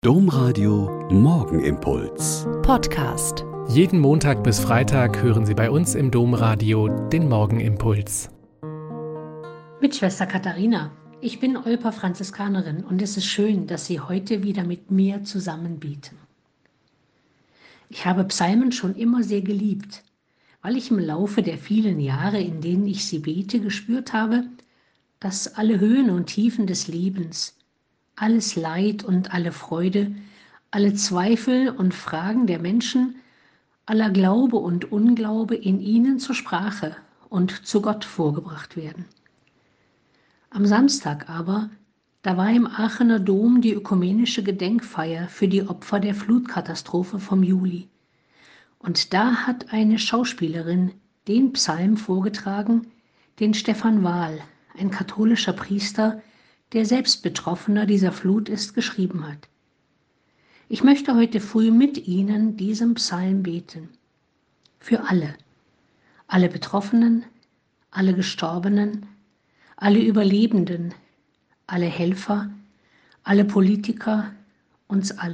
Domradio Morgenimpuls. Podcast. Jeden Montag bis Freitag hören Sie bei uns im Domradio den Morgenimpuls. Mit Schwester Katharina. Ich bin Olper Franziskanerin und es ist schön, dass Sie heute wieder mit mir zusammen beten. Ich habe Psalmen schon immer sehr geliebt, weil ich im Laufe der vielen Jahre, in denen ich sie bete, gespürt habe, dass alle Höhen und Tiefen des Lebens, alles Leid und alle Freude, alle Zweifel und Fragen der Menschen, aller Glaube und Unglaube in ihnen zur Sprache und zu Gott vorgebracht werden. Am Samstag aber, da war im Aachener Dom die ökumenische Gedenkfeier für die Opfer der Flutkatastrophe vom Juli. Und da hat eine Schauspielerin den Psalm vorgetragen, den Stefan Wahl, ein katholischer Priester, der selbst Betroffener dieser Flut ist, geschrieben hat. Ich möchte heute früh mit Ihnen diesen Psalm beten. Für alle Betroffenen, alle Gestorbenen, alle Überlebenden, alle Helfer, alle Politiker, uns alle.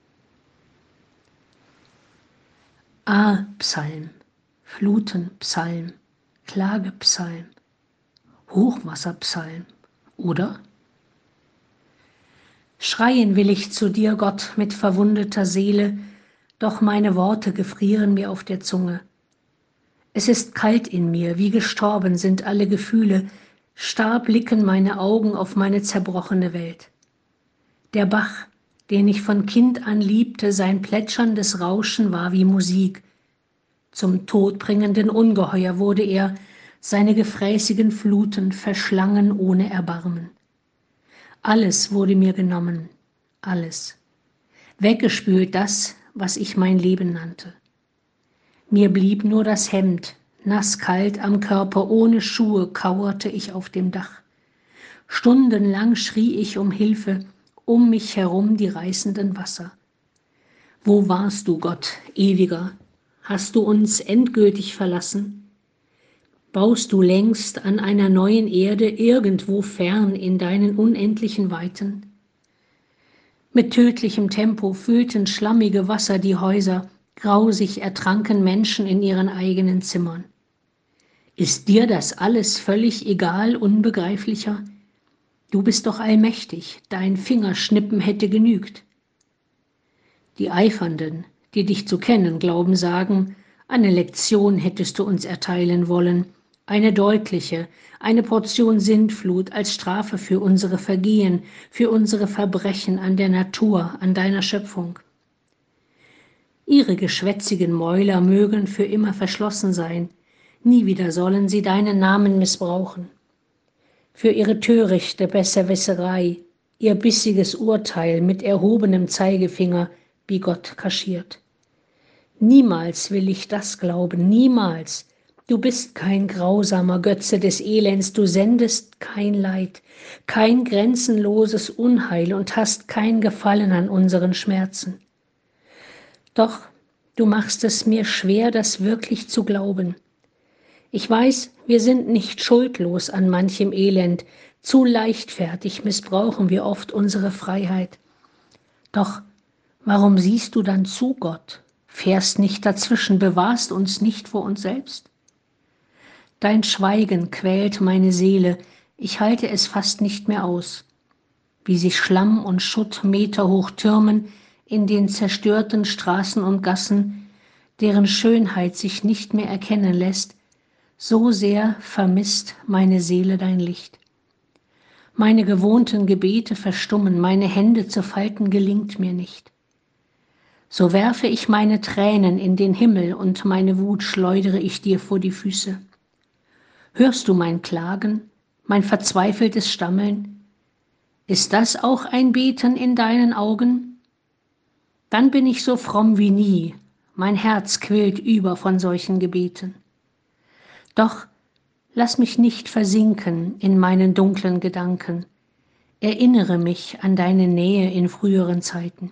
Psalm, Flutenpsalm, Klagepsalm, Hochwasserpsalm, oder? Schreien will ich zu dir, Gott, mit verwundeter Seele, doch meine Worte gefrieren mir auf der Zunge. Es ist kalt in mir, wie gestorben sind alle Gefühle, starr blicken meine Augen auf meine zerbrochene Welt. Der Bach, den ich von Kind an liebte, sein plätscherndes Rauschen war wie Musik. Zum todbringenden Ungeheuer wurde er, seine gefräßigen Fluten verschlangen ohne Erbarmen. Alles wurde mir genommen, alles. Weggespült das, was ich mein Leben nannte. Mir blieb nur das Hemd, nasskalt am Körper, ohne Schuhe kauerte ich auf dem Dach. Stundenlang schrie ich um Hilfe, um mich herum die reißenden Wasser. Wo warst du, Gott, ewiger? Hast du uns endgültig verlassen? Baust du längst an einer neuen Erde irgendwo fern in deinen unendlichen Weiten? Mit tödlichem Tempo füllten schlammige Wasser die Häuser, grausig ertranken Menschen in ihren eigenen Zimmern. Ist dir das alles völlig egal, unbegreiflicher? Du bist doch allmächtig, dein Fingerschnippen hätte genügt. Die Eifernden, die dich zu kennen glauben, sagen, eine Lektion hättest du uns erteilen wollen, eine deutliche, eine Portion Sintflut als Strafe für unsere Vergehen, für unsere Verbrechen an der Natur, an deiner Schöpfung. Ihre geschwätzigen Mäuler mögen für immer verschlossen sein, nie wieder sollen sie deinen Namen missbrauchen. Für ihre törichte Besserwisserei, ihr bissiges Urteil mit erhobenem Zeigefinger, wie Gott kaschiert. Niemals will ich das glauben, niemals. Du bist kein grausamer Götze des Elends, du sendest kein Leid, kein grenzenloses Unheil und hast kein Gefallen an unseren Schmerzen. Doch du machst es mir schwer, das wirklich zu glauben. Ich weiß, wir sind nicht schuldlos an manchem Elend, zu leichtfertig missbrauchen wir oft unsere Freiheit. Doch warum siehst du dann zu, Gott? Fährst nicht dazwischen, bewahrst uns nicht vor uns selbst? Dein Schweigen quält meine Seele, ich halte es fast nicht mehr aus. Wie sich Schlamm und Schutt meterhoch türmen in den zerstörten Straßen und Gassen, deren Schönheit sich nicht mehr erkennen lässt, so sehr vermisst meine Seele dein Licht. Meine gewohnten Gebete verstummen, meine Hände zu falten gelingt mir nicht. So werfe ich meine Tränen in den Himmel und meine Wut schleudere ich dir vor die Füße. Hörst du mein Klagen, mein verzweifeltes Stammeln? Ist das auch ein Beten in deinen Augen? Dann bin ich so fromm wie nie, mein Herz quillt über von solchen Gebeten. Doch lass mich nicht versinken in meinen dunklen Gedanken, erinnere mich an deine Nähe in früheren Zeiten.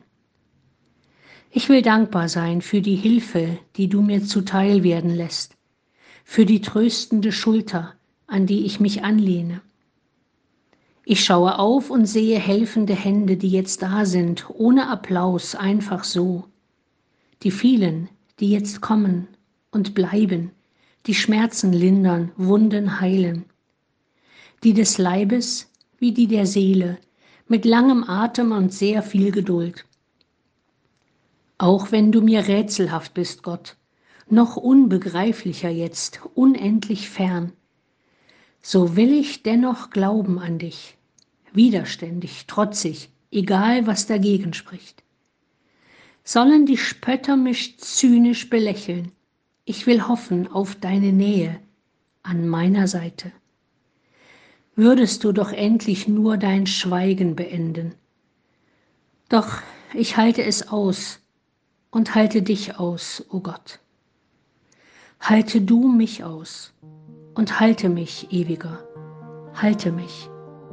Ich will dankbar sein für die Hilfe, die du mir zuteil werden lässt, für die tröstende Schulter, an die ich mich anlehne. Ich schaue auf und sehe helfende Hände, die jetzt da sind, ohne Applaus, einfach so. Die vielen, die jetzt kommen und bleiben, die Schmerzen lindern, Wunden heilen. Die des Leibes wie die der Seele, mit langem Atem und sehr viel Geduld. Auch wenn du mir rätselhaft bist, Gott, noch unbegreiflicher jetzt, unendlich fern, so will ich dennoch glauben an dich, widerständig, trotzig, egal was dagegen spricht. Sollen die Spötter mich zynisch belächeln, ich will hoffen auf deine Nähe an meiner Seite. Würdest du doch endlich nur dein Schweigen beenden. Doch ich halte es aus und halte dich aus, o Gott. Halte du mich aus und halte mich, Ewiger, halte mich.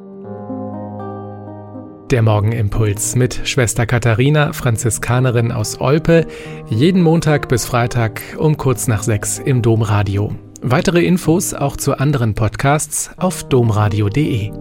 Der Morgenimpuls mit Schwester Katharina, Franziskanerin aus Olpe, jeden Montag bis Freitag um kurz nach 6 im Domradio. Weitere Infos auch zu anderen Podcasts auf domradio.de.